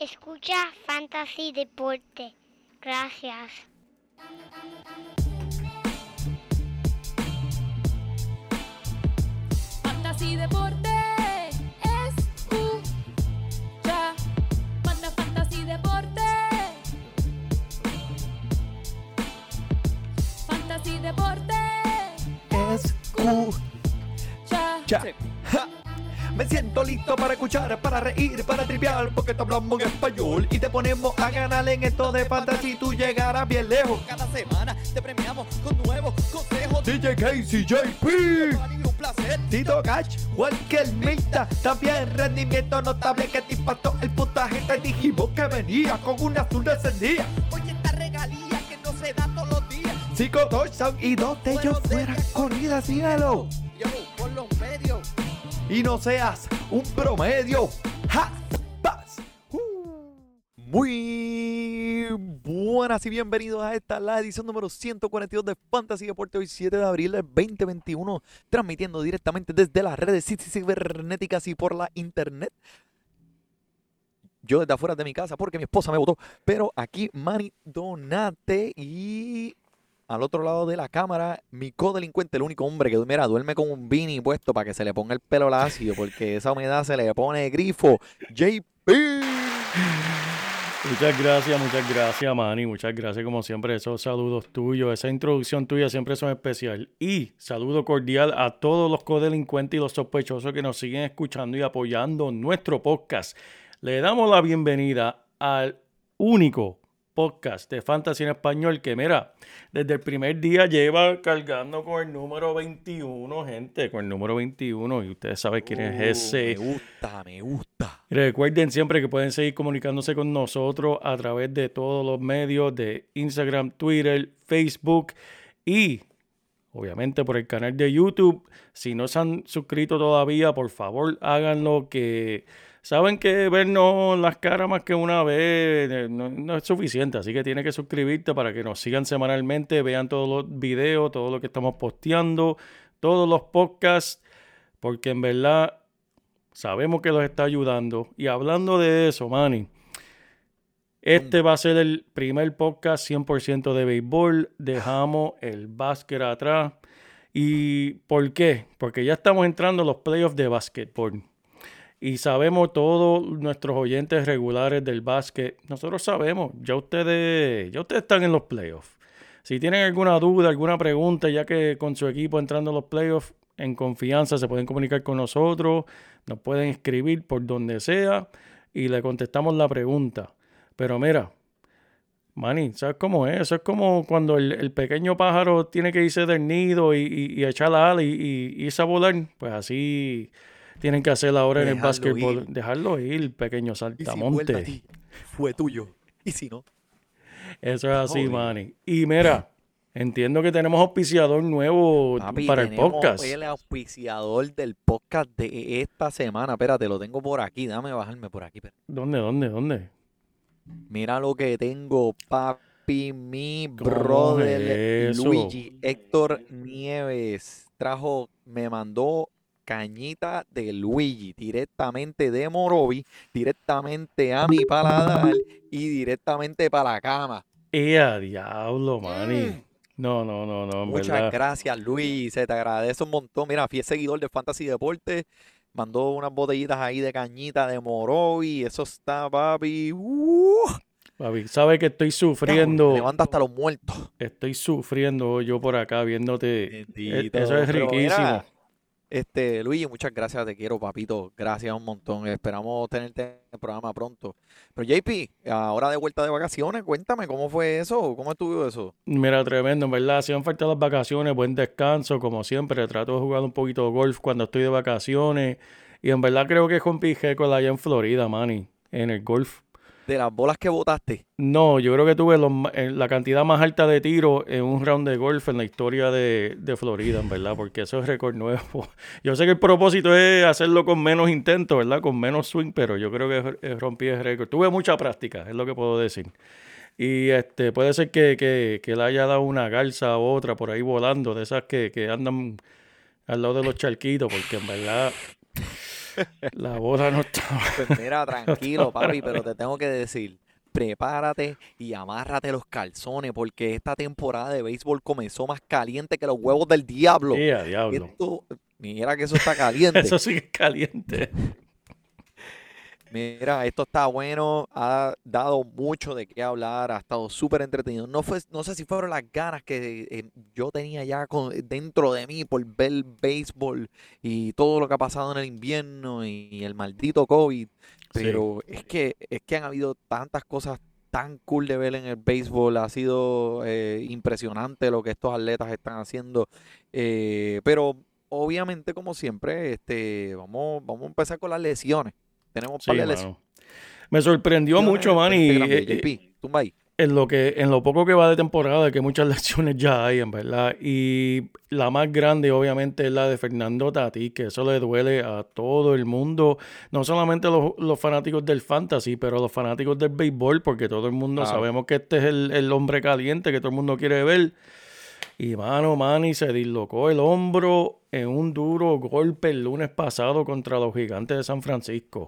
Escucha Fantasy Deporte. Gracias. Fantasy Deporte. Escucha. Fantasy Deporte. Fantasy Deporte. Escucha. Ja. Me siento listo para escuchar, para reír, para triviar, porque te hablamos en español y te ponemos a ganar en esto de fantasy. Tú llegarás bien lejos. Cada semana te premiamos con nuevos consejos. DJ Casey, JP, Un placer. Tito Gach, Walker Milta, también rendimiento notable que te impactó el puntaje. Te dijimos que venía con una azul encendida. Oye, esta regalía que no se da todos los días. 5 touchdowns y 2 de ellos fueran corridas, síguelo. Yo, por los medios. Y no seas un promedio. ¡Ja! ¡Paz! Muy buenas y bienvenidos a esta, la edición número 142 de Fantasy Deporte, hoy 7 de abril del 2021, transmitiendo directamente desde las redes cibernéticas y por la internet. Yo desde afuera de mi casa porque mi esposa me botó, pero aquí Manny Donate y al otro lado de la cámara, mi codelincuente, el único hombre que duerme con un beanie puesto para que se le ponga el pelo lacio, porque esa humedad se le pone grifo. JP. Muchas gracias, Manny. Muchas gracias, como siempre, esos saludos tuyos, esa introducción tuya siempre son especial. Y saludo cordial a todos los codelincuentes y los sospechosos que nos siguen escuchando y apoyando nuestro podcast. Le damos la bienvenida al único podcast de Fantasy en Español que, mira, desde el primer día lleva cargando con el número 21, gente, con el número 21, y ustedes saben quién es ese. Me gusta. Recuerden siempre que pueden seguir comunicándose con nosotros a través de todos los medios de Instagram, Twitter, Facebook y obviamente por el canal de YouTube. Si no se han suscrito todavía, por favor háganlo, que saben que vernos las caras más que una vez no es suficiente, así que tienes que suscribirte para que nos sigan semanalmente, vean todos los videos, todo lo que estamos posteando, todos los podcasts, porque en verdad sabemos que los está ayudando. Y hablando de eso, Manny, este va a ser el primer podcast 100% de béisbol. Dejamos el básquet atrás. ¿Y por qué? Porque ya estamos entrando a los playoffs de básquetbol. Y sabemos todos nuestros oyentes regulares del básquet. Nosotros sabemos, ya ustedes están en los playoffs. Si tienen alguna duda, alguna pregunta, ya que con su equipo entrando a los playoffs, en confianza se pueden comunicar con nosotros, nos pueden escribir por donde sea y le contestamos la pregunta. Pero mira, Manny, ¿sabes cómo es? Eso es como cuando el pequeño pájaro tiene que irse del nido y echar la ala y irse a volar. Pues así tienen que hacer ahora en el básquetbol. Dejarlo ir, pequeño saltamonte. Y si vuelve a ti, fue tuyo. Y si no. Eso es así, Manny. Y mira, entiendo que tenemos auspiciador nuevo, papi, para el podcast. Tenemos el auspiciador del podcast de esta semana. Espérate, lo tengo por aquí. Dame bajarme por aquí. ¿Dónde? Mira lo que tengo, papi. Mi ¿Cómo brother es eso? Luigi Héctor Nieves me mandó cañita de Luigi directamente de Morovi, directamente a mi paladar y directamente para la cama. ¡A diablo, Manny! No, en Muchas verdad. gracias, Luis. Se te agradece un montón. Mira, fiel seguidor de Fantasy Deporte. Mandó unas botellitas ahí de cañita de Morovi. Eso está, papi. Papi, sabes que estoy sufriendo. Levanta hasta los muertos. Estoy sufriendo yo por acá viéndote. Bendito. Eso es Pero riquísimo. mira, Luigi, muchas gracias, te quiero, papito. Gracias un montón. Esperamos tenerte en el programa pronto. Pero JP, ahora de vuelta de vacaciones, cuéntame cómo fue eso, cómo estuvo eso. Mira, tremendo, en verdad. Hacían falta las vacaciones, buen descanso, como siempre. Trato de jugar un poquito de golf cuando estoy de vacaciones. Y en verdad creo que rompí récord allá en Florida, Manny, en el golf. De las bolas que botaste. No, yo creo que tuve la cantidad más alta de tiros en un round de golf en la historia de Florida, en verdad, porque eso es récord nuevo. Yo sé que el propósito es hacerlo con menos intentos, ¿verdad? Con menos swing, pero yo creo que rompí el récord. Tuve mucha práctica, es lo que puedo decir. Y puede ser que le haya dado una garza u otra por ahí volando, de esas que andan al lado de los charquitos, porque en verdad La bola no estaba. Pues mira, tranquilo, papi, pero te tengo que decir, prepárate y amárrate los calzones, porque esta temporada de béisbol comenzó más caliente que los huevos del diablo. A diablo. Esto, mira que eso está caliente. Eso sí que es caliente. Mira, esto está bueno, ha dado mucho de qué hablar, ha estado súper entretenido. No sé si fueron las ganas que yo tenía ya dentro de mí por ver béisbol y todo lo que ha pasado en el invierno y el maldito COVID, pero es que han habido tantas cosas tan cool de ver en el béisbol, ha sido impresionante lo que estos atletas están haciendo, pero obviamente como siempre, vamos a empezar con las lesiones. Tenemos un Sí, par de lesiones. mano. Me sorprendió mucho, man, y Grande, JP, tumba ahí. en lo poco que va de temporada, que muchas lesiones ya hay, en verdad. Y la más grande, obviamente, es la de Fernando Tatís, que eso le duele a todo el mundo. No solamente los fanáticos del fantasy, pero los fanáticos del béisbol, porque todo el mundo Claro. sabemos que este es el hombre caliente que todo el mundo quiere ver. Y mano, Manny se dislocó el hombro en un duro golpe el lunes pasado contra los Gigantes de San Francisco.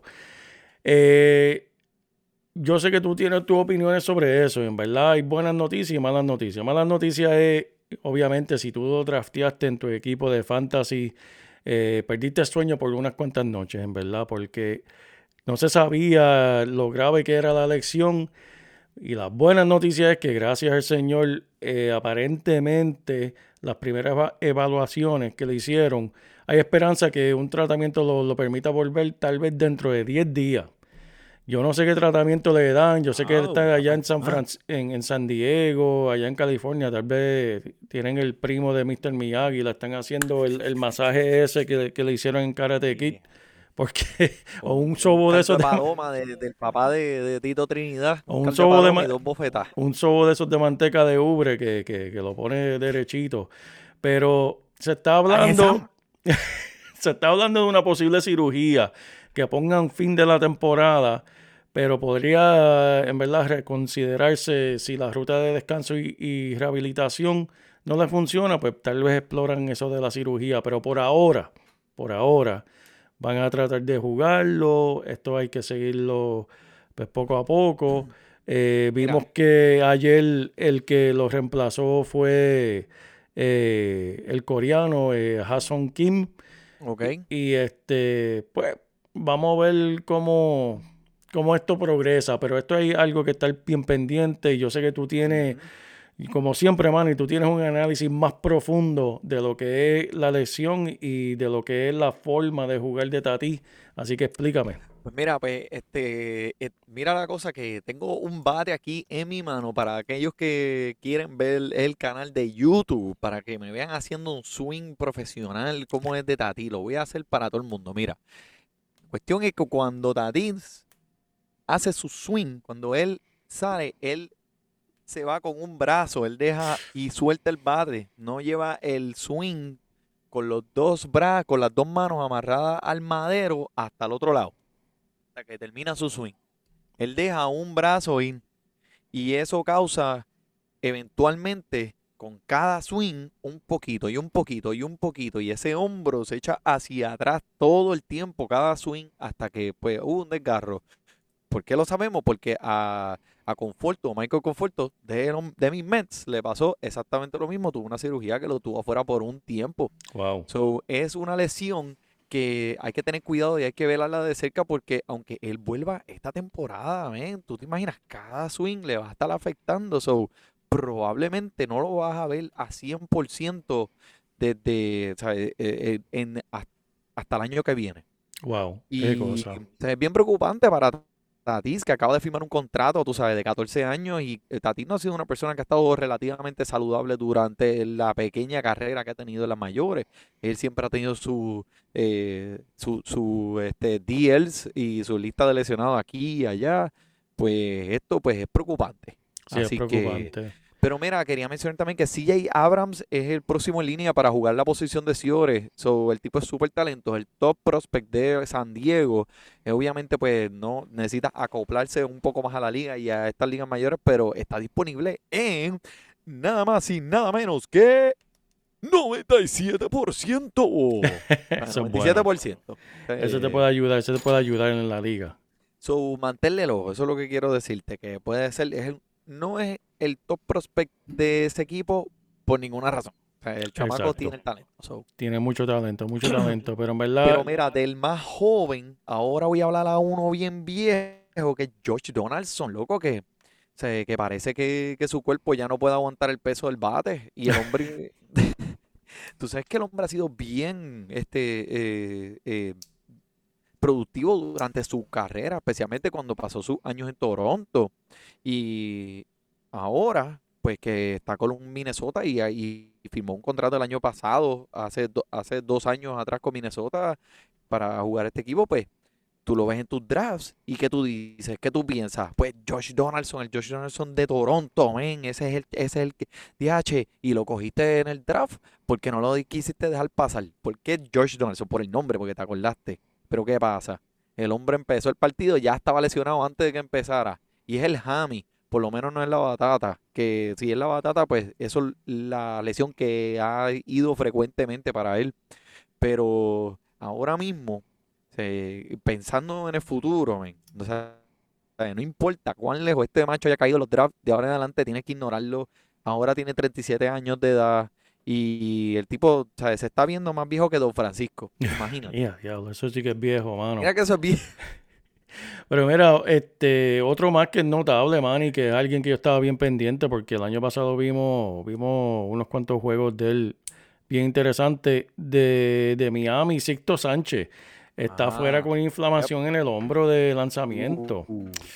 Yo sé que tú tienes tus opiniones sobre eso, y en verdad hay buenas noticias y malas noticias. Malas noticias es, obviamente, si tú lo drafteaste en tu equipo de fantasy, perdiste el sueño por unas cuantas noches, en verdad, porque no se sabía lo grave que era la lesión. Y las buenas noticias es que gracias al Señor, aparentemente las primeras evaluaciones que le hicieron, hay esperanza que un tratamiento lo permita volver tal vez dentro de 10 días. Yo no sé qué tratamiento le dan, yo sé que él está allá en en San Diego, allá en California, tal vez tienen el primo de Mr. Miyagi, le están haciendo el masaje ese que le hicieron en Karate Kid, porque, o un sobo de esos de paloma del papá de Tito Trinidad. O un caldo sobo de paloma y ma- dos bofetas. un sobo de esos de manteca de ubre que lo pone derechito. Pero se está hablando, se está hablando de una posible cirugía que pongan fin de la temporada, pero podría en verdad reconsiderarse si la ruta de descanso y rehabilitación no le funciona, pues tal vez exploran eso de la cirugía, pero por ahora van a tratar de jugarlo, esto hay que seguirlo pues poco a poco. Vimos que ayer el que lo reemplazó fue el coreano Ha-Seong Kim. Ok. Y pues vamos a ver cómo esto progresa, pero esto es algo que está bien pendiente y yo sé que tú tienes, y como siempre, Manny, tú tienes un análisis más profundo de lo que es la lesión y de lo que es la forma de jugar de Tatís, así que explícame. Pues mira, mira la cosa que tengo un bate aquí en mi mano para aquellos que quieren ver el canal de YouTube, para que me vean haciendo un swing profesional como es de Tatís. Lo voy a hacer para todo el mundo. Mira, la cuestión es que cuando Tatís hace su swing, cuando él sale, él se va con un brazo, él deja y suelta el bate, no lleva el swing con los dos brazos, con las dos manos amarradas al madero hasta el otro lado, hasta que termina su swing. Él deja un brazo in y eso causa eventualmente con cada swing un poquito y un poquito y un poquito y ese hombro se echa hacia atrás todo el tiempo, cada swing, hasta que pues hubo un desgarro. ¿Por qué lo sabemos? Porque a Michael Conforto de mis Mets le pasó exactamente lo mismo. Tuvo una cirugía que lo tuvo afuera por un tiempo. Wow. So, es una lesión que hay que tener cuidado y hay que verla de cerca porque aunque él vuelva esta temporada, tú te imaginas, cada swing le va a estar afectando. So, probablemente no lo vas a ver a 100% desde, ¿sabes? Hasta el año que viene. Wow, qué Y cosa. o sea, es bien preocupante para Tatís, que acaba de firmar un contrato, tú sabes, de 14 años. Y Tatís no ha sido una persona que ha estado relativamente saludable durante la pequeña carrera que ha tenido en las mayores. Él siempre ha tenido su DLs y su lista de lesionados aquí y allá. Pues esto pues es preocupante. Sí, es Así preocupante. pero mira, quería mencionar también que CJ Abrams es el próximo en línea para jugar la posición de Ciores. So, el tipo es súper talentoso, el top prospect de San Diego. Obviamente, pues no necesita acoplarse un poco más a la liga y a estas ligas mayores, pero está disponible en nada más y nada menos que 97%. Eso es bueno. 97%. Eso te puede ayudar en la liga. So, manténle el ojo, eso es lo que quiero decirte, que puede ser, no es el top prospect de ese equipo por ninguna razón. O sea, el chamaco Exacto. tiene el talento. So, Tiene mucho talento, pero en verdad... pero mira, del más joven, ahora voy a hablar a uno bien viejo, que es Josh Donaldson, loco, que parece que su cuerpo ya no puede aguantar el peso del bate. Y el hombre, tú sabes que el hombre ha sido bien productivo durante su carrera, especialmente cuando pasó sus años en Toronto. Y ahora, pues que está con un Minnesota y firmó un contrato el año pasado, hace 2 años atrás con Minnesota para jugar este equipo, pues tú lo ves en tus drafts y ¿qué tú dices? ¿Qué tú piensas? Pues Josh Donaldson, el Josh Donaldson de Toronto, men, ese es el que, DH, y lo cogiste en el draft porque no lo quisiste dejar pasar. ¿Por qué Josh Donaldson? Por el nombre, porque te acordaste. Pero ¿qué pasa? El hombre empezó el partido, ya estaba lesionado antes de que empezara. Y es el hammy, por lo menos no es la batata. Que si es la batata, pues eso es la lesión que ha ido frecuentemente para él. Pero ahora mismo, pensando en el futuro, men, o sea, no importa cuán lejos este macho haya caído en los drafts, de ahora en adelante tienes que ignorarlo. Ahora tiene 37 años de edad. Y el tipo, ¿sabes? Se está viendo más viejo que Don Francisco. Imagínate. Diablo, eso sí que es viejo, mano. Mira que eso es viejo. Pero mira, otro más que es notable, Manny, que es alguien que yo estaba bien pendiente, porque el año pasado vimos unos cuantos juegos de él bien interesantes de Miami. Sixto Sánchez está fuera con inflamación en el hombro de lanzamiento.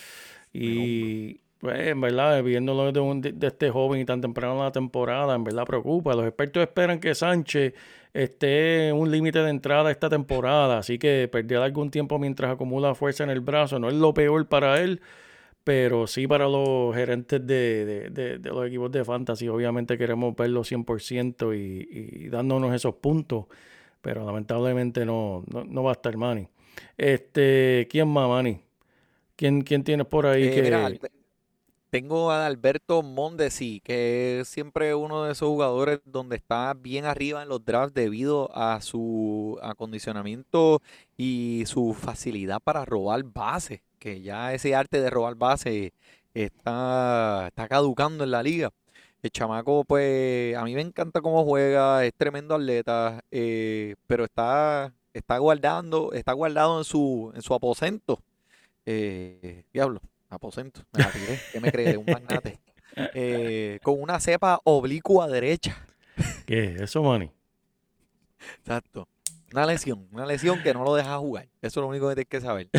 Y pues, en verdad, viéndolo de este joven y tan temprano en la temporada, en verdad preocupa. Los expertos esperan que Sánchez esté en un límite de entrada esta temporada, así que perder algún tiempo mientras acumula fuerza en el brazo no es lo peor para él, pero sí para los gerentes de los equipos de fantasy. Obviamente queremos verlo 100% y dándonos esos puntos, pero lamentablemente no va a estar Manny. ¿Quién más, Manny? ¿Quién tienes por ahí que... Mira, tengo a Alberto Mondesi, que es siempre uno de esos jugadores donde está bien arriba en los drafts debido a su acondicionamiento y su facilidad para robar bases, que ya ese arte de robar bases está caducando en la liga. El chamaco, pues, a mí me encanta cómo juega, es tremendo atleta, pero está guardado en su aposento. Diablo. Aposento, me la tiré, ¿qué me crees? Un magnate. Con una cepa oblicua derecha. ¿Qué es eso, Manny? Exacto. Una lesión que no lo deja jugar. Eso es lo único que tienes que saber.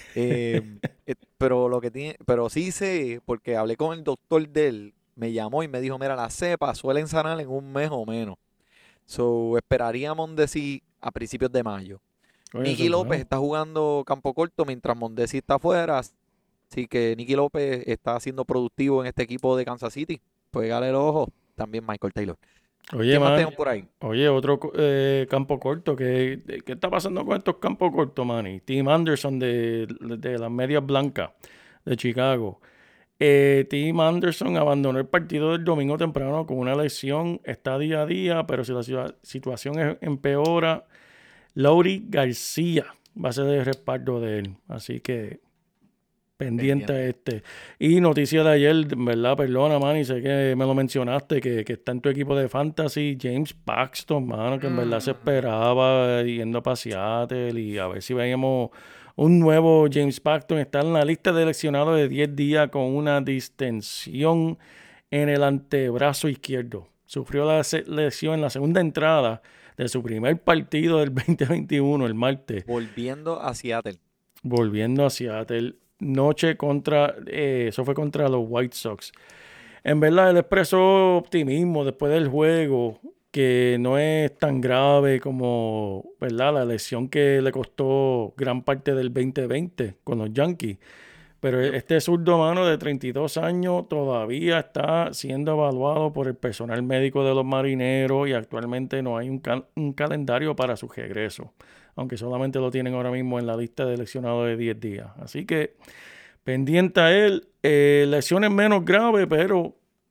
Pero sí sé, porque hablé con el doctor de él, me llamó y me dijo, mira, las cepas suelen sanar en un mes o menos. So, esperaríamos Mondesi a principios de mayo. Oye, Nicky eso es López bueno. está jugando campo corto mientras Mondesi está afuera. Así que Nicky López está siendo productivo en este equipo de Kansas City. Pues dale el ojo. También Michael Taylor. Oye, ¿Qué más man, tenemos por ahí? oye, otro campo corto. ¿Qué está pasando con estos campos cortos, Manny? Tim Anderson de las Medias Blancas de Chicago. Tim Anderson abandonó el partido del domingo temprano con una lesión. Está día a día, pero si la situación empeora, Leury García va a ser el respaldo de él. Así que pendiente a este. Y noticia de ayer, ¿verdad? Perdona, Manny, sé que me lo mencionaste, que está en tu equipo de fantasy, James Paxton, mano, que en verdad se esperaba yendo para Seattle y a ver si veíamos un nuevo James Paxton. Está en la lista de seleccionados de 10 días con una distensión en el antebrazo izquierdo. Sufrió la lesión en la segunda entrada de su primer partido del 2021, el martes. Volviendo a Seattle. Volviendo a Seattle. Noche eso fue contra los White Sox. En verdad, él expresó optimismo después del juego, que no es tan grave como, ¿verdad?, la lesión que le costó gran parte del 2020 con los Yankees. Pero este zurdo, mano, de 32 años todavía está siendo evaluado por el personal médico de los Marineros y actualmente no hay un calendario para su regreso, aunque solamente lo tienen ahora mismo en la lista de seleccionados de 10 días. Así que pendiente a él, lesiones menos graves, pero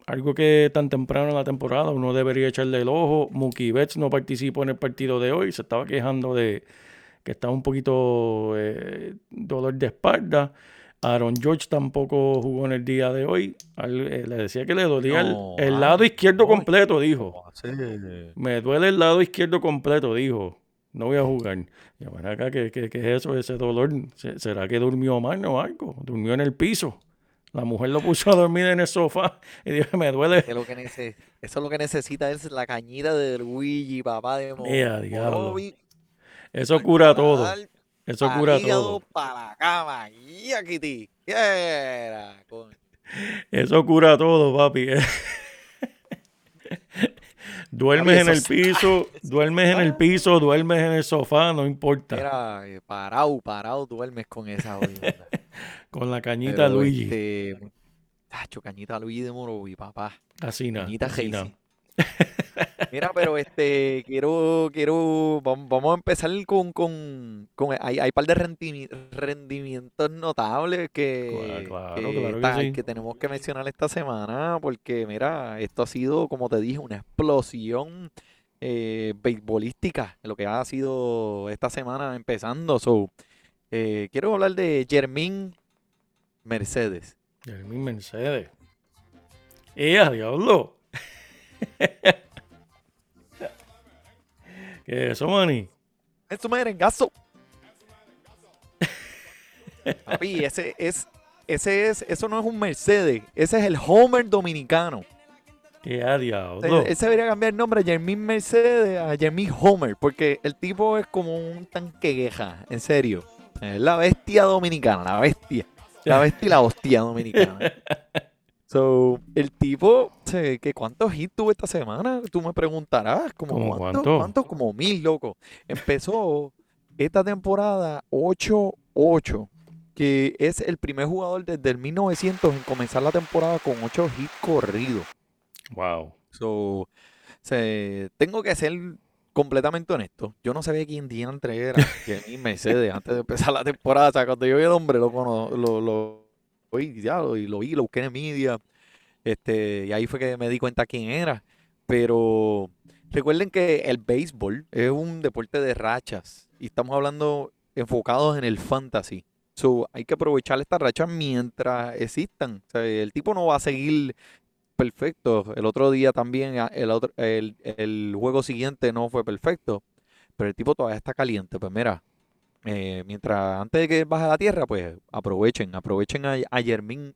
algo que tan temprano en la temporada uno debería echarle el ojo. Mookie Betts no participó en el partido de hoy, se estaba quejando de que estaba un poquito dolor de espalda. Aaron George tampoco jugó en el día de hoy. Le decía que le dolía el lado izquierdo completo, dijo. ¿Cómo así? Me duele el lado izquierdo completo, dijo. No voy a jugar. Y bueno, acá, ¿qué es eso, ese dolor? ¿Será que durmió mal o algo? Durmió en el piso. La mujer lo puso a dormir en el sofá y dijo, me duele. Eso es lo que necesita es la cañita de Luigi, papá de Diablo. Morovi. Eso cura Para todo. dar Eso pa'l cura hígado, todo. para la cama. Ya, Kitty. Yeah, coño. Eso cura todo, papi. Duermes en el piso, duermes en el piso, duermes en el sofá, no importa. Mira, parado duermes con esa jodienda. Con la cañita Pero, Luigi. Tacho, cañita Luigi de Morovi, papá. Así nada. Cañita Así nada. Hazy. Mira, pero vamos a empezar hay un par de rendimientos notables Claro que sí. que tenemos que mencionar esta semana, porque mira, esto ha sido, como te dije, una explosión beisbolística, lo que ha sido esta semana empezando. Quiero hablar de Yermín Mercedes. Yermín Mercedes. Diablo! ¿Qué es eso, Manny? ¡Es un merengazo! Papi, eso no es un Mercedes, ese es el Homer dominicano. Diablo! Ese debería cambiar el nombre de Yermín Mercedes a Yermín Homer, porque el tipo es como un tanque queja, en serio. Es la bestia dominicana, la bestia. La bestia y la hostia dominicana. El tipo, ¿cuántos hits tuvo esta semana? Tú me preguntarás, ¿Cómo ¿cuántos? Como 1000, loco. Empezó esta temporada 8-8, que es el primer jugador desde el 1900 en comenzar la temporada con 8 hits corridos. Wow. Tengo que ser completamente honesto. Yo no sabía quién diantre era Yermín Mercedes antes de empezar la temporada. O sea, cuando yo vi el hombre, lo busqué en media, y ahí fue que me di cuenta quién era. Pero recuerden que el béisbol es un deporte de rachas y estamos hablando enfocados en el fantasy. Hay que aprovechar estas rachas mientras existan. O sea, el tipo no va a seguir perfecto. El otro día también, el juego siguiente no fue perfecto, pero el tipo todavía está caliente. Pues mira, antes de que baje a la tierra, pues aprovechen a Yermín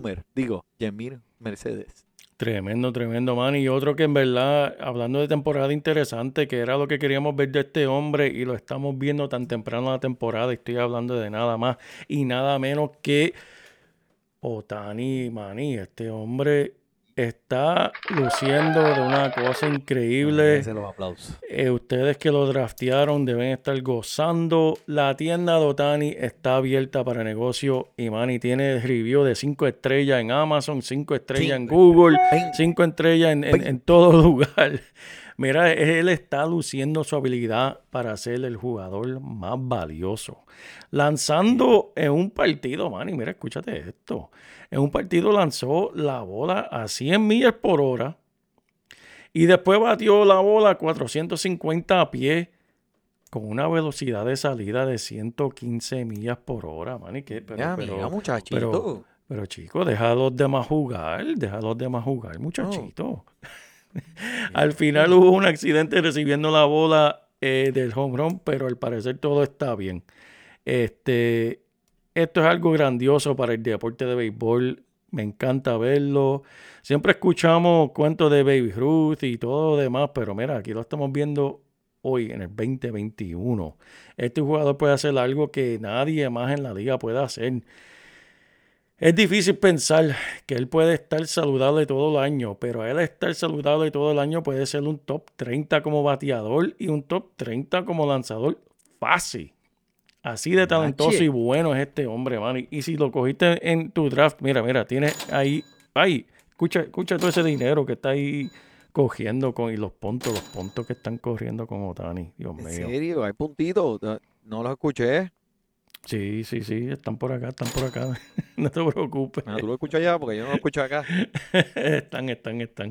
Mercedes. Tremendo, man. Y otro que en verdad, hablando de temporada interesante, que era lo que queríamos ver de este hombre y lo estamos viendo tan temprano en la temporada, estoy hablando de nada más y nada menos que Ohtani, maní. Este hombre está luciendo de una cosa increíble. Los aplausos. Ustedes que lo draftearon deben estar gozando. La tienda de Ohtani está abierta para negocio y Manny tiene review de 5 estrellas en Amazon, 5 estrellas en Google, 5 estrellas en todo lugar. Mira, él está luciendo su habilidad para ser el jugador más valioso. Lanzando en un partido, Manny, mira, escúchate esto. En un partido lanzó la bola a 100 millas por hora y después batió la bola a 450 a pie con una velocidad de salida de 115 millas por hora, Manny. Mira, muchachito. Pero chicos, deja a los demás jugar, muchachito. Al final hubo un accidente recibiendo la bola del home run, pero al parecer todo está bien. Esto es algo grandioso para el deporte de béisbol. Me encanta verlo. Siempre escuchamos cuentos de Baby Ruth y todo lo demás, pero mira, aquí lo estamos viendo hoy en el 2021. Este jugador puede hacer algo que nadie más en la liga puede hacer. Es difícil pensar que él puede estar saludable todo el año, pero él estar saludable todo el año puede ser un top 30 como bateador y un top 30 como lanzador fácil. Así de talentoso y bueno es este hombre, man. Y si lo cogiste en tu draft, mira, tienes ahí, escucha todo ese dinero que está ahí cogiendo y los puntos que están corriendo con Ohtani. Dios mío. ¿En serio? ¿Hay puntitos? No los escuché. Sí, sí, sí, están por acá, están por acá. No te preocupes. Tú lo escuchas allá porque yo no lo escucho acá. Están.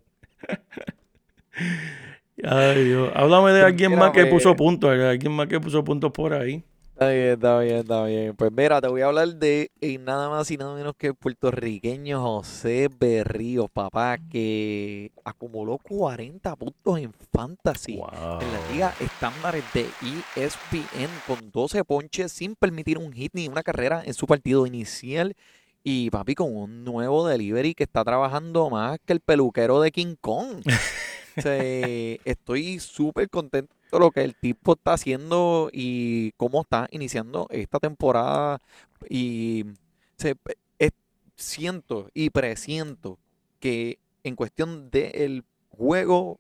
Ay, Dios. Háblame de Pues alguien mira, más que puso pues, puntos, alguien más que puso puntos por ahí. está bien, está bien, está bien. Pues mira, te voy a hablar de nada más y nada menos que el puertorriqueño José Berríos, papá, que acumuló 40 puntos en Fantasy Wow. en la liga estándares de ESPN con 12 ponches sin permitir un hit ni una carrera en su partido inicial. Y papi, con un nuevo delivery que está trabajando más que el peluquero de King Kong. O sea, estoy súper contento de lo que el tipo está haciendo y cómo está iniciando esta temporada. Y se, es- siento y presiento que en cuestión del juego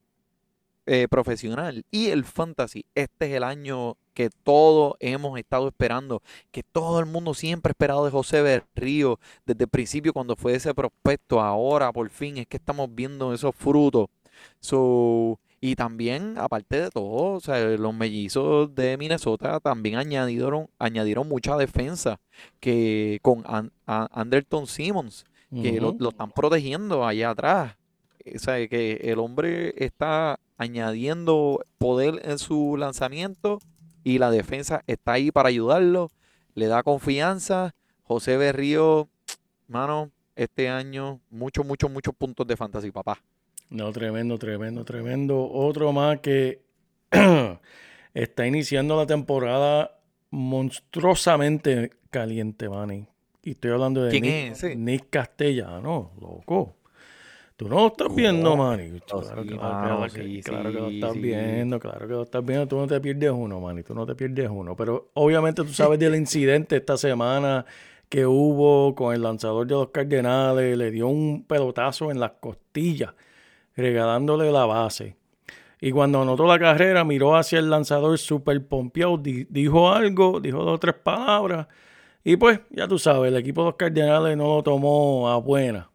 profesional y el fantasy, este es el año que todos hemos estado esperando, que todo el mundo siempre ha esperado de José Berrío desde el principio cuando fue ese prospecto. Ahora por fin es que estamos viendo esos frutos. Y también, aparte de todo, o sea, los mellizos de Minnesota también añadieron mucha defensa que con Anderson Simmons, que lo, Ujú. lo están protegiendo allá atrás. O sea, que el hombre está añadiendo poder en su lanzamiento y la defensa está ahí para ayudarlo, le da confianza. José Berrío, mano, este año, muchos puntos de fantasy, papá. No, tremendo. Otro más que está iniciando la temporada monstruosamente caliente, Manny. Y estoy hablando de ¿Quién es ese? Nick Castellano, loco. Tú no lo estás viendo, Manny. Oh, Claro, sí, claro, mano, claro que lo estás sí. viendo, claro que lo estás viendo. Tú no te pierdes uno, Manny. Tú no te pierdes uno. Pero obviamente tú sabes del incidente esta semana que hubo con el lanzador de los Cardenales. Le dio un pelotazo en las costillas, regalándole la base. Y cuando anotó la carrera, miró hacia el lanzador súper pompeado, dijo algo, dijo 2 o 3 palabras. Y pues, ya tú sabes, el equipo de los Cardenales no lo tomó a buena.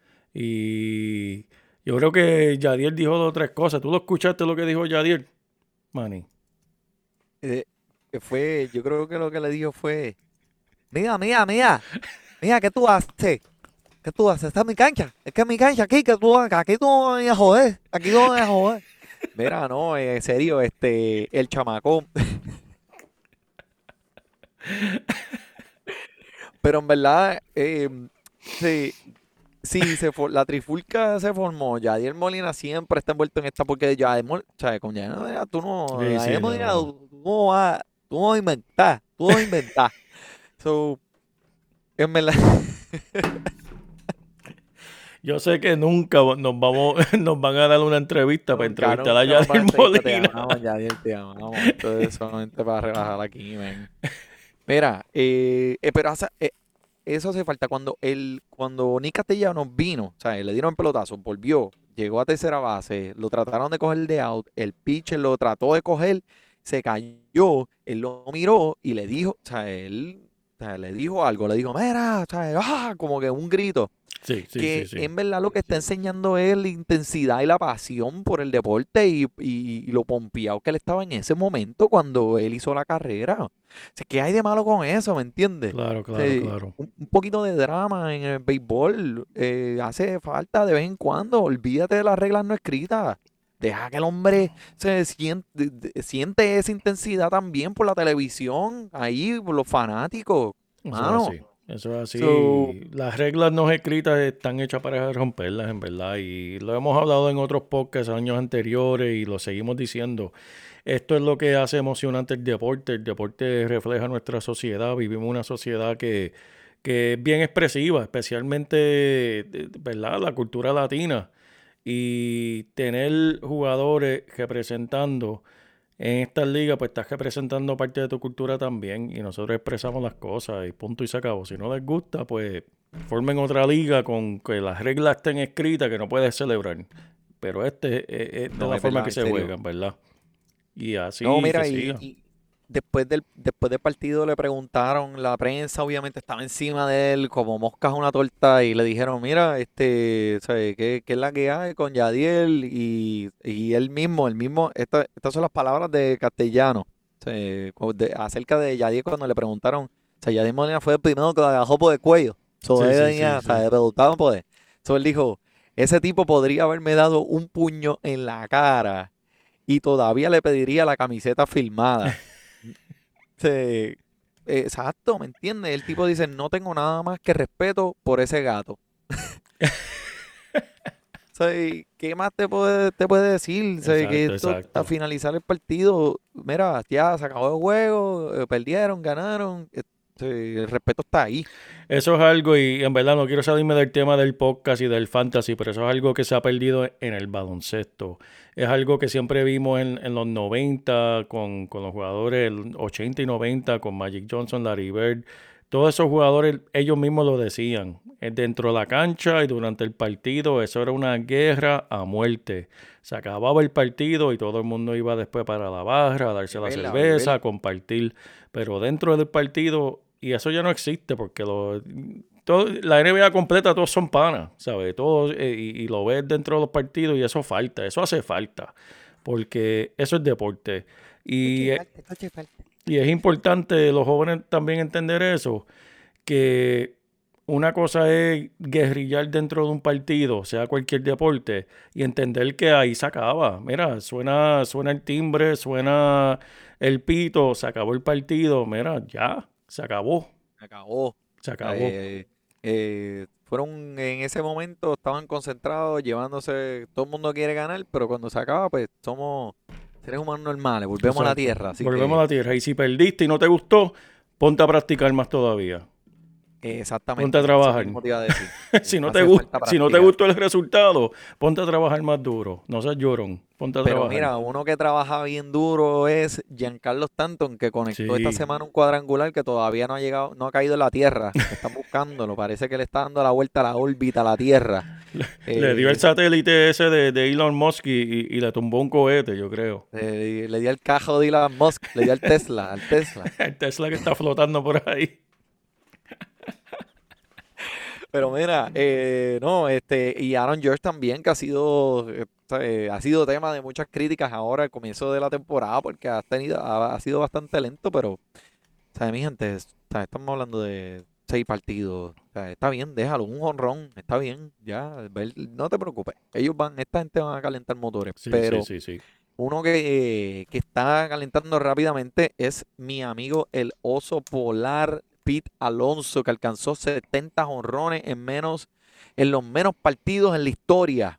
Y yo creo que Yadier dijo 2 o 3 cosas. ¿Tú lo escuchaste lo que dijo Yadier, Manny? Eh, yo creo que lo que le dijo fue, mira, ¿qué tú haces? ¿Qué tú haces? Esta es mi cancha. Es que es mi cancha aquí, aquí tú no me vas a joder. Aquí tú no me vas a joder. Mira, no, en serio, el chamaco. Pero en verdad, sí, sí, la trifulca se formó. Yadier Molina siempre está envuelto en esta porque Yadier Molina, o sea, con Yadier Molina, Sí, sí, Yadier Molina, no. tú no vas a inventar, tú no vas a inventar. So, en verdad, Yo sé que nunca nos van a dar una entrevista para nunca, entrevistar a nunca nos van a Yadier entrevistar, te Molina. amamos, Yadier, te amamos. Esto es solamente para relajar aquí, man. Mira, pero eso hace falta cuando Nick Castellanos vino, o sea, le dieron pelotazo, volvió, llegó a tercera base, lo trataron de coger de out, el pitcher lo trató de coger, se cayó, él lo miró y le dijo, o sea, le dijo algo, le dijo, mira, o sea, como que un grito, Sí. que en verdad lo que está enseñando es la intensidad y la pasión por el deporte y lo pompeado que él estaba en ese momento cuando él hizo la carrera. O sea, ¿qué hay de malo con eso? ¿Me entiendes? Claro, O sea, claro. un poquito de drama en el béisbol hace falta de vez en cuando. Olvídate de las reglas no escritas. Deja que el hombre siente esa intensidad también por la televisión, ahí, por los fanáticos. Eso es Mano. así. Eso es So, así. Las reglas no escritas están hechas para romperlas, en verdad. Y lo hemos hablado en otros podcasts años anteriores y lo seguimos diciendo. Esto es lo que hace emocionante el deporte. El deporte refleja nuestra sociedad. Vivimos una sociedad que es bien expresiva, especialmente, ¿verdad? La cultura latina. Y tener jugadores representando en estas ligas, pues estás representando parte de tu cultura también y nosotros expresamos las cosas y punto y se acabó. Si no les gusta, pues formen otra liga con que las reglas estén escritas que no puedes celebrar. Pero es de no, la es forma verdad, que en se serio. juegan, ¿verdad? Y No, así que mira, siga. y después del partido le preguntaron, la prensa obviamente estaba encima de él como moscas a una torta y le dijeron, mira, ¿sabe qué es la que hay con Yadiel? Y él mismo, estas son las palabras de Castellano. O Acerca de Yadier cuando le preguntaron, o sea, Yadier Molina fue el primero que lo agarró por el cuello. So, Sí, él sí, venía, sí, o sea, sí. le preguntaron por él. So, él dijo, ese tipo podría haberme dado un puño en la cara y todavía le pediría la camiseta firmada. Sí, exacto, ¿me entiendes? El tipo dice, no tengo nada más que respeto por ese gato. O sea, ¿y qué más te puede decir? O sea, que Exacto, esto, a exacto. finalizar el partido, mira, ya se acabó el juego, perdieron, ganaron, el respeto está ahí. Eso es algo, y en verdad no quiero salirme del tema del podcast y del fantasy, pero eso es algo que se ha perdido en el baloncesto. Es algo que siempre vimos en los 90 con los jugadores, el 80 y 90, con Magic Johnson, Larry Bird. Todos esos jugadores, ellos mismos lo decían. Dentro de la cancha y durante el partido, eso era una guerra a muerte. Se acababa el partido y todo el mundo iba después para la barra, a darse la Beberla, cerveza, a beber. compartir. Pero dentro del partido, y eso ya no existe porque la NBA completa todos son panas, ¿sabes? Todos, y lo ves dentro de los partidos y eso falta, eso hace falta, porque eso es deporte. Y, y es importante los jóvenes también entender eso, que una cosa es guerrillar dentro de un partido, sea cualquier deporte, y entender que ahí se acaba. Mira, suena el timbre, suena el pito, se acabó el partido, mira, ya, se acabó, Acabó. se O sea, acabó. fueron en ese momento, estaban concentrados, llevándose, todo el mundo quiere ganar, pero cuando se acaba, pues somos seres humanos normales, volvemos a la Exacto. tierra, así Volvemos a que la tierra. Y si perdiste y no te gustó, ponte a practicar más todavía. Ponte exactamente, a eso trabajar. mismo te iba a decir. Si no Hace falta si no te practicar. gustó el resultado, ponte a trabajar más duro. No seas llorón. Ponte a Pero trabajar. mira, uno que trabaja bien duro es Giancarlo Stanton, que conectó esta Sí. semana un cuadrangular que todavía no ha llegado, no ha caído en la Tierra. Están buscándolo, parece que le está dando la vuelta a la órbita a la Tierra. Le dio el Eh, satélite ese de Elon Musk y le tumbó un cohete, yo creo. le dio el cajo de Elon Musk, le dio al Tesla, al Tesla. El Tesla que está flotando por ahí. Pero mira, no, y Aaron George también, que ha sido tema de muchas críticas ahora al comienzo de la temporada, porque ha sido bastante lento, pero, ¿sabes, mi gente? Estamos hablando de 6 partidos. O sea, está bien, déjalo, un jonrón, está bien, ya, no te preocupes. Esta gente van a calentar motores, Sí, pero sí, sí, sí. uno que está calentando rápidamente es mi amigo el oso polar Pete Alonso, que alcanzó 70 jonrones en los menos partidos en la historia.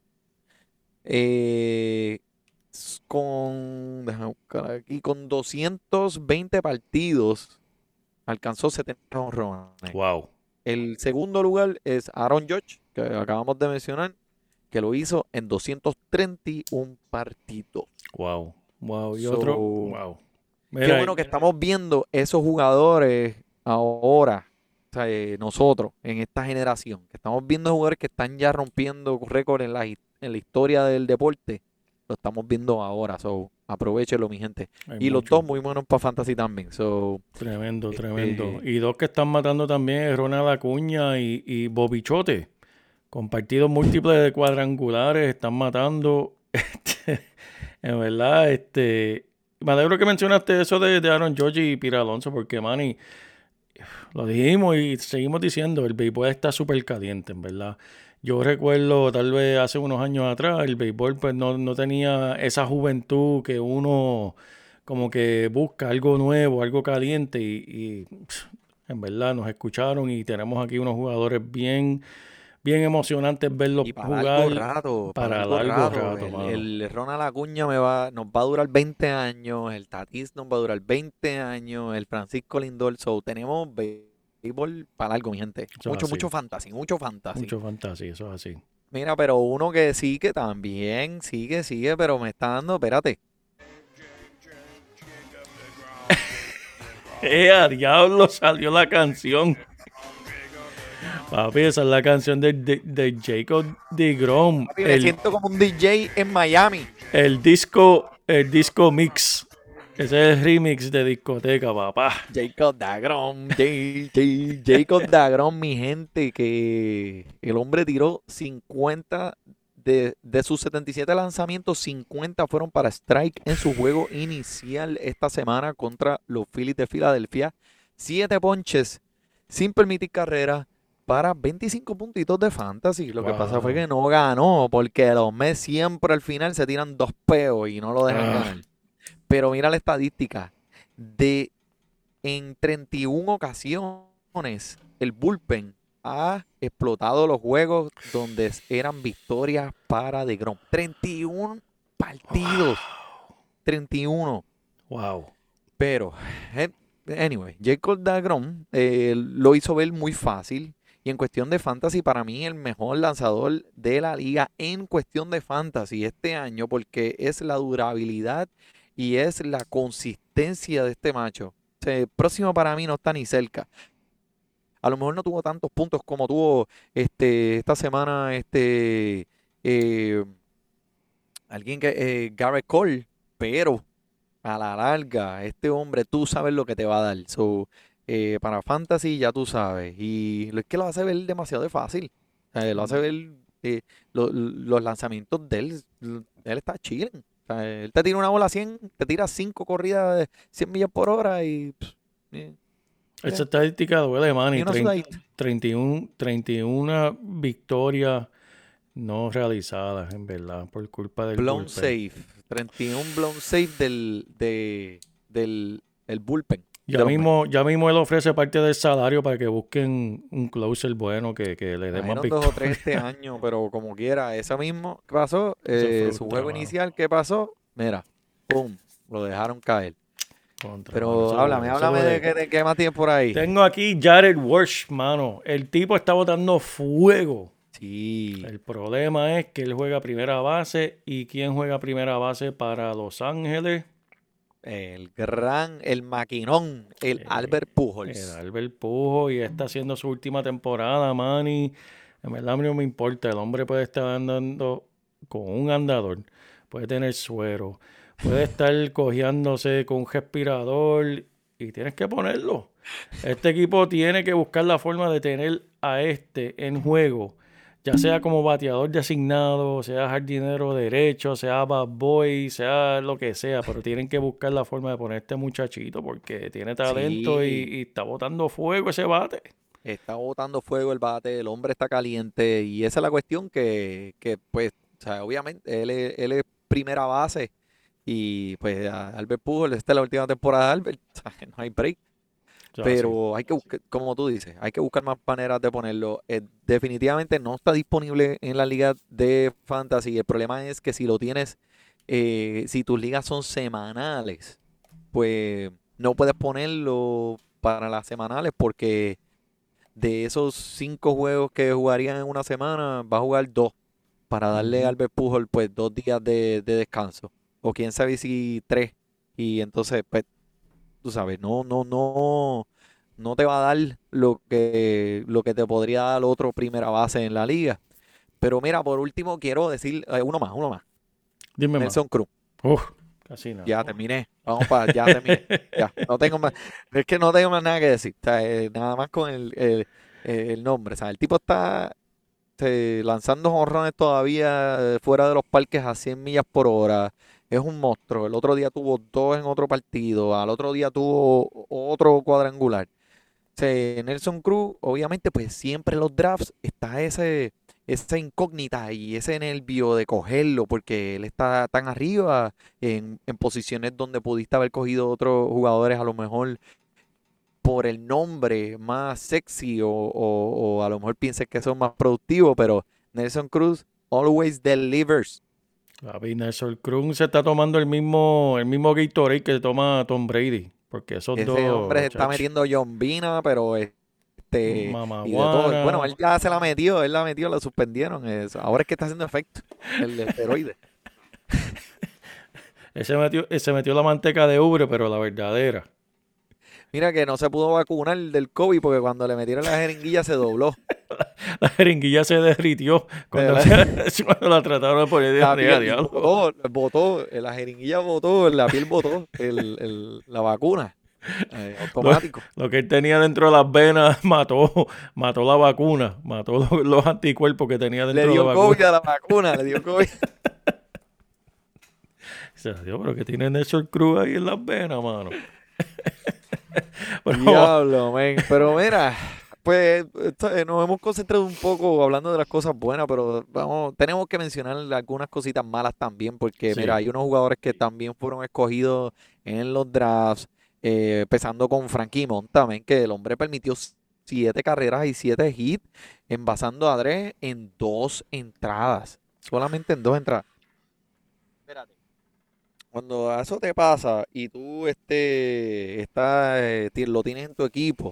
Déjame buscar aquí, con 220 partidos, alcanzó 70 jonrones. Wow. El segundo lugar es Aaron Judge, que acabamos de mencionar, que lo hizo en 231 partidos. Wow. Wow. Y So, otro. Wow. Qué Mira, bueno que estamos viendo esos jugadores ahora, o sea, nosotros, en esta generación, que estamos viendo jugadores que están ya rompiendo récords en la historia del deporte, lo estamos viendo ahora, so, aprovechenlo, mi gente. hay Y los mucho. dos muy buenos para Fantasy también, so, Tremendo, este, tremendo. Y dos que están matando también es Ronald Acuña y Bobichote. Con partidos múltiples de cuadrangulares están matando. En verdad, me alegro que mencionaste eso de Aaron Judge y Pete Alonso, porque, Manny, lo dijimos y seguimos diciendo, el béisbol está súper caliente, en verdad. Yo recuerdo, tal vez hace unos años atrás, el béisbol pues no tenía esa juventud que uno como que busca algo nuevo, algo caliente en verdad nos escucharon y tenemos aquí unos jugadores bien emocionantes verlos y para jugar largo rato, para largo largo rato. rato, mano. El Ronald Acuña nos va a durar 20 años, el Tatis nos va a durar 20 años, el Francisco Lindor, so, tenemos béisbol para largo, mi gente. Eso es así. Mucho fantasy, mucho fantasy. Mucho fantasía, eso es así. Mira, pero uno que sí, que también sigue, pero me está dando, espérate. ¡A diablo! Salió la canción. Papi, esa es la canción de Jacob deGrom. Papi, me siento como un DJ en Miami. El disco mix. Ese es el remix de discoteca, papá. Jacob DeGrom, Jacob DeGrom, mi gente, que el hombre tiró 50 de sus 77 lanzamientos, 50 fueron para strike en su juego inicial esta semana contra los Phillies de Filadelfia. 7 ponches sin permitir carrera para 25 puntitos de fantasy. Lo que pasa fue que no ganó porque los Mets siempre al final se tiran 2 peos y no lo dejan ganar. Pero mira la estadística. En 31 ocasiones el bullpen ha explotado los juegos donde eran victorias para DeGrom. 31 partidos. 31. Wow. Pero, anyway, Jacob DeGrom lo hizo ver muy fácil. Y en cuestión de fantasy, para mí el mejor lanzador de la liga en cuestión de fantasy este año, porque es la durabilidad y es la consistencia de este macho. O sea, el próximo para mí no está ni cerca. A lo mejor no tuvo tantos puntos como tuvo esta semana alguien que Garrett Cole, pero a la larga este hombre tú sabes lo que te va a dar. So, para fantasy ya tú sabes. Y es que lo hace ver demasiado fácil. Lo hace ver los lanzamientos de él. Él está chilling. O sea, él te tira una bola 100, te tira 5 corridas de 100 millas por hora y... Esa estadística duele, Manny. Y una sudadita. 31 victorias no realizadas, en verdad, por culpa del Blown bullpen. safe. 31 blown safe del bullpen. Ya mismo él ofrece parte del salario para que busquen un closer bueno que le dé más Trajeron 2 o 3 victorias. este año, pero como quiera, eso mismo, ¿qué pasó? Eso Su frustra, juego mano. inicial, ¿qué pasó? Mira, pum, lo dejaron caer. Mano, Pero eso háblame duele. de qué más tienes por ahí. Tengo aquí Jared Walsh, mano. El tipo está botando fuego. Sí, El problema es que él juega primera base. ¿Y quién juega primera base para Los Ángeles? el maquinón, el Albert El Pujols. Albert Pujols, y está haciendo su última temporada, Manny. En verdad a mí no me importa. El hombre puede estar andando con un andador. Puede tener suero. Puede estar cojeándose con un respirador. Y tienes que ponerlo. Este equipo tiene que buscar la forma de tener a en juego. Ya sea como bateador designado, sea jardinero derecho, sea bad boy, sea lo que sea, pero tienen que buscar la forma de poner a este muchachito porque tiene talento Sí. y está botando fuego ese bate. Está botando fuego el bate, el hombre está caliente y esa es la cuestión que pues, o sea, obviamente él es primera base y pues Albert Pujols, esta es la última temporada de Albert, o sea, no hay break. O sea, Pero hay que buscar, como tú dices, hay que buscar más maneras de ponerlo. Definitivamente no está disponible en la liga de fantasy. El problema es que si lo tienes, si tus ligas son semanales, pues no puedes ponerlo para las semanales porque de esos 5 juegos que jugarían en una semana, va a jugar 2 para darle a Albert Pujols pues 2 días de descanso. O quién sabe si 3. Y entonces, pues, tú sabes, no te va a dar lo que te podría dar otro primera base en la liga. Pero mira, por último quiero decir uno más. dime más. Nelson Cruz. Casi nada. Ya terminé. Vamos para, ya terminé. Ya, no tengo más. Es que no tengo más nada que decir. O sea, nada más con el nombre. O sea, el tipo está lanzando jonrones todavía fuera de los parques a 100 millas por hora. Es un monstruo. El otro día tuvo 2 en otro partido. Al otro día tuvo otro cuadrangular. O sea, Nelson Cruz, obviamente, pues siempre en los drafts está esa incógnita y ese nervio de cogerlo porque él está tan arriba en posiciones donde pudiste haber cogido otros jugadores a lo mejor por el nombre más sexy o a lo mejor pienses que son más productivos, pero Nelson Cruz always delivers. Papi, Nelson Cruz se está tomando el mismo Gatorade que toma Tom Brady. Porque esos dos... Ese hombre se está chacho, metiendo John Vina, pero y de todo. mamaguana. Bueno, él ya se la metió, lo suspendieron. Ahora es que está haciendo efecto el esteroide. Él se metió la manteca de ubre, pero la verdadera. Mira que no se pudo vacunar del COVID porque cuando le metieron la jeringuilla se dobló. La jeringuilla se derritió cuando la trataron de poner La de piel diálogo. botó, la jeringuilla botó, la piel botó la vacuna. automático. Lo que él tenía dentro de las venas mató la vacuna, mató los anticuerpos que tenía dentro Le de dio la COVID vacuna. a la vacuna, le dio COVID. Se dio, pero que tiene Nelson Cruz ahí en las venas, mano. Pero, Diablo, men. Pero mira, pues nos hemos concentrado un poco hablando de las cosas buenas, pero tenemos que mencionar algunas cositas malas también, porque Sí. mira, hay unos jugadores que también fueron escogidos en los drafts, empezando con Frankie Montamen, que el hombre permitió 7 carreras y 7 hits, envasando a 3 en 2 entradas. Solamente en 2 entradas. Espérate. Cuando eso te pasa y tú lo tienes en tu equipo,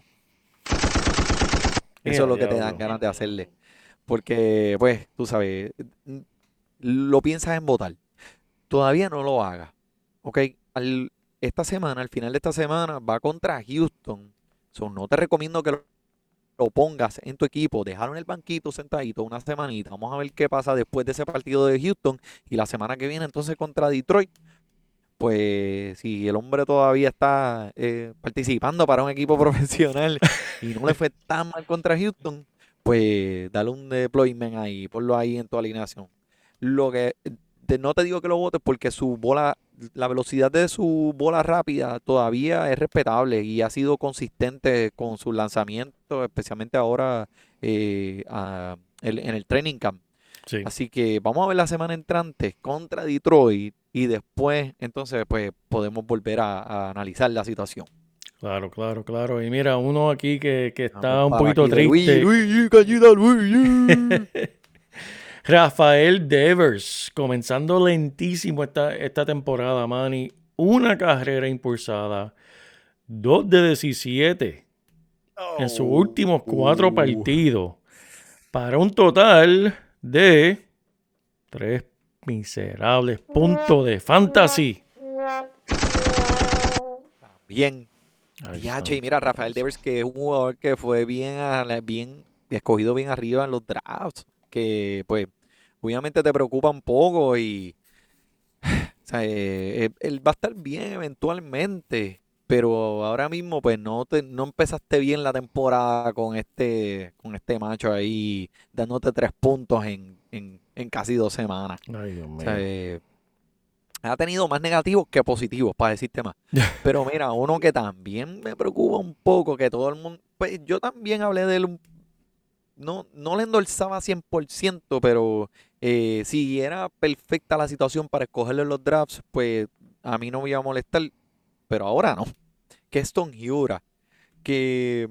eso es lo que te dan diablo. ganas de hacerle. Porque, pues, tú sabes, lo piensas en votar. Todavía no lo hagas. ¿Ok? Esta semana, al final de esta semana, va contra Houston. So, no te recomiendo que lo pongas en tu equipo, dejarlo en el banquito sentadito una semanita. Vamos a ver qué pasa después de ese partido de Houston. Y la semana que viene, entonces, contra Detroit. Pues si el hombre todavía está participando para un equipo profesional y no le fue tan mal contra Houston, pues dale un deployment ahí, ponlo ahí en tu alineación. Lo que no te digo que lo votes porque su bola, la velocidad de su bola rápida todavía es respetable y ha sido consistente con sus lanzamientos, especialmente ahora en el training camp. Sí. Así que vamos a ver la semana entrante contra Detroit y después entonces pues podemos volver a analizar la situación. Claro, claro, claro. Y mira, uno aquí que está Vamos un para poquito aquí de triste. Luigi, cañita, Luigi. Rafael Devers, comenzando lentísimo esta temporada, Manny. Una carrera impulsada, 2 de 17 en sus últimos 4 partidos, para un total de 3 miserables puntos de fantasy. Bien. Ay, Y mira, Rafael Devers, que es un jugador que fue bien escogido bien arriba en los drafts, que pues obviamente te preocupa un poco y o sea, él va a estar bien eventualmente, pero ahora mismo pues no empezaste bien la temporada con este macho ahí dándote 3 puntos en casi 2 semanas. Ay, Dios O mío. sea, ha tenido más negativos que positivos, para decirte más. Pero mira, uno que también me preocupa un poco, que todo el mundo, pues yo también hablé de él, no le endorsaba 100%, pero si era perfecta la situación para escogerle en los drafts, pues a mí no me iba a molestar, pero ahora no. Que es Tom Hiura, que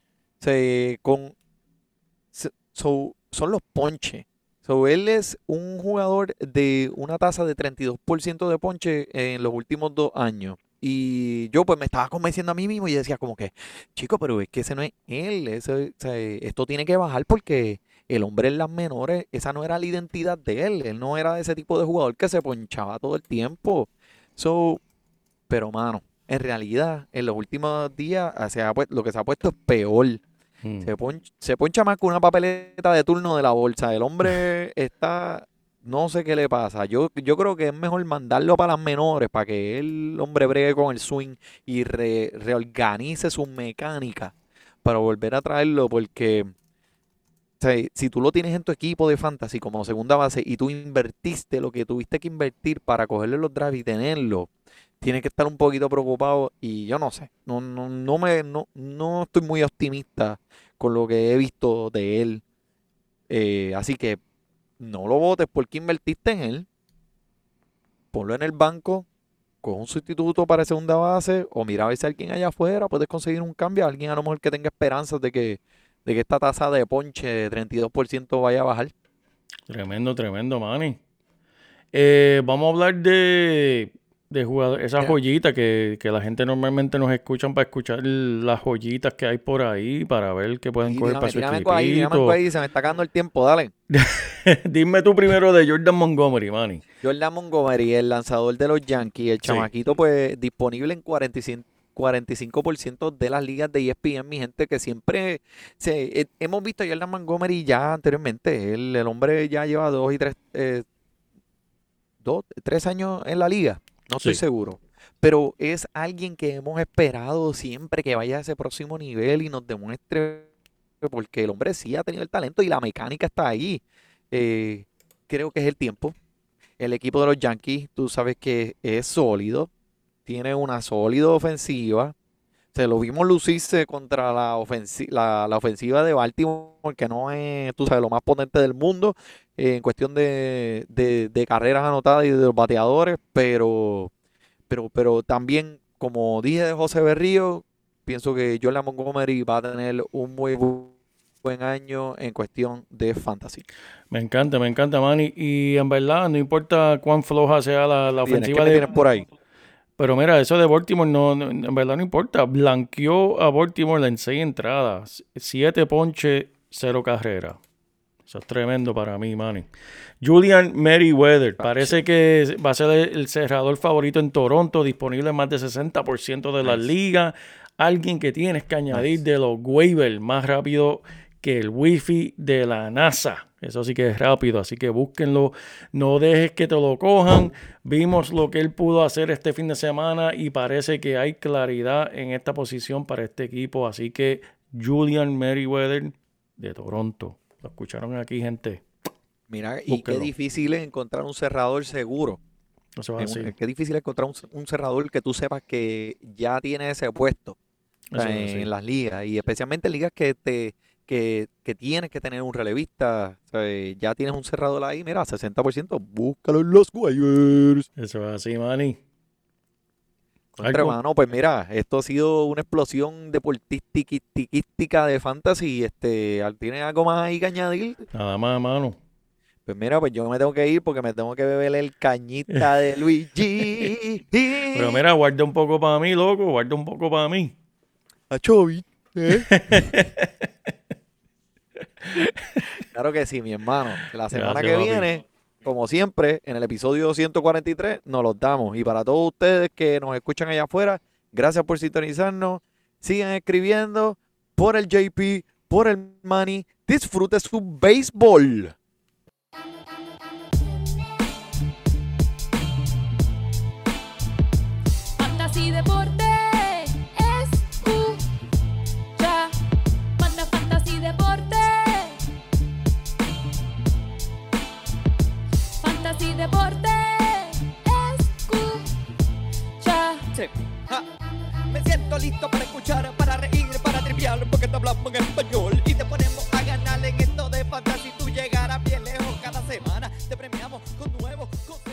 son los ponches. So, él es un jugador de una tasa de 32% de ponche en los últimos 2 años. Y yo pues me estaba convenciendo a mí mismo y decía como que, chico, pero es que ese no es él. Esto tiene que bajar porque el hombre en las menores, esa no era la identidad de él. Él no era ese tipo de jugador que se ponchaba todo el tiempo. Pero mano, en realidad, en los últimos días lo que se ha puesto es peor. Mm. Se poncha más que una papeleta de turno de la bolsa. El hombre está, no sé qué le pasa. Yo creo que es mejor mandarlo para las menores, para que el hombre bregue con el swing y reorganice sus mecánicas para volver a traerlo, porque o sea, si tú lo tienes en tu equipo de fantasy como segunda base y tú invertiste lo que tuviste que invertir para cogerle los drafts y tenerlo, tienes que estar un poquito preocupado y yo no sé, no estoy muy optimista con lo que he visto de él. Así que no lo votes porque invertiste en él. Ponlo en el banco, coge un sustituto para segunda base o mira a ver si alguien allá afuera puedes conseguir un cambio, alguien a lo mejor que tenga esperanzas de que esta tasa de ponche de 32% vaya a bajar. Tremendo, tremendo, Manny. Vamos a hablar de jugadores, esas joyitas que la gente normalmente nos escuchan para escuchar las joyitas que hay por ahí, para ver qué pueden coger para su Tírame algo ahí, se me está acabando el tiempo, dale. Dime tú primero de Jordan Montgomery, Manny. Jordan Montgomery, el lanzador de los Yankees, el chamaquito pues disponible en 45% de las ligas de ESPN, mi gente, que siempre hemos visto a Jordan Montgomery ya anteriormente. El hombre ya lleva 2 y 3 años en la liga, no estoy seguro. pero es alguien que hemos esperado siempre que vaya a ese próximo nivel y nos demuestre, porque el hombre sí ha tenido el talento y la mecánica está ahí. Creo que es el tiempo. El equipo de los Yankees, tú sabes que es sólido, tiene una sólida ofensiva. Se lo vimos lucirse contra la ofensiva de Baltimore, que no es, tú sabes, lo más potente del mundo en cuestión de carreras anotadas y de los bateadores, pero también, como dije de José Berrío, pienso que Jordan Montgomery va a tener un muy buen año en cuestión de fantasy. Me encanta, Manny. Y en verdad, no importa cuán floja sea la ofensiva ¿Qué me tienes por ahí? Pero mira, eso de Baltimore no, en verdad no importa. Blanqueó a Baltimore en 6 entradas. 7 ponches, 0 carreras. Eso es tremendo para mí, Manny. Julian Merryweather. Parece que va a ser el cerrador favorito en Toronto, disponible en más de 60% de las ligas. Alguien que tienes que añadir de los waivers más rápido que el wifi de la NASA. Eso sí que es rápido, así que búsquenlo. No dejes que te lo cojan. Vimos lo que él pudo hacer este fin de semana y parece que hay claridad en esta posición para este equipo. Así que Julian Merryweather de Toronto. Lo escucharon aquí, gente. Mira, y Búsquenlo. qué difícil es encontrar un cerrador seguro. Eso es así. Qué difícil es encontrar un cerrador que tú sepas que ya tiene ese puesto Eso es así. en las ligas. Y especialmente en ligas que tienes que tener un relevista. O sea, ya tienes un cerrador ahí, mira, 60%, búscalo en los waivers. Eso es así, Manny. Contra, hermano, pues mira, esto ha sido una explosión deportística de fantasy. ¿Tienes algo más ahí que añadir? Nada más, mano. Pues mira, pues yo me tengo que ir porque me tengo que beber el cañita de Luigi. Pero mira, guarda un poco para mí, loco. Guarda un poco para mí. A Chovy. Claro que sí, mi hermano. La semana Gracias, que papi. viene, como siempre, en el episodio 143, nos los damos. Y para todos ustedes que nos escuchan allá afuera, gracias por sintonizarnos. Sigan escribiendo por el JP, por el Manny. Disfrute su béisbol. Fantasy Deporte. Escucha. Manda Fantasy Deporte. Fantasy Deporte. Escucha. Sí. Ja. Me siento listo para escuchar, para reír, para triviar, porque te hablamos en español y te ponemos a ganar en esto de fantasy. Tú llegarás bien lejos cada semana, te premiamos con nuevos consejos.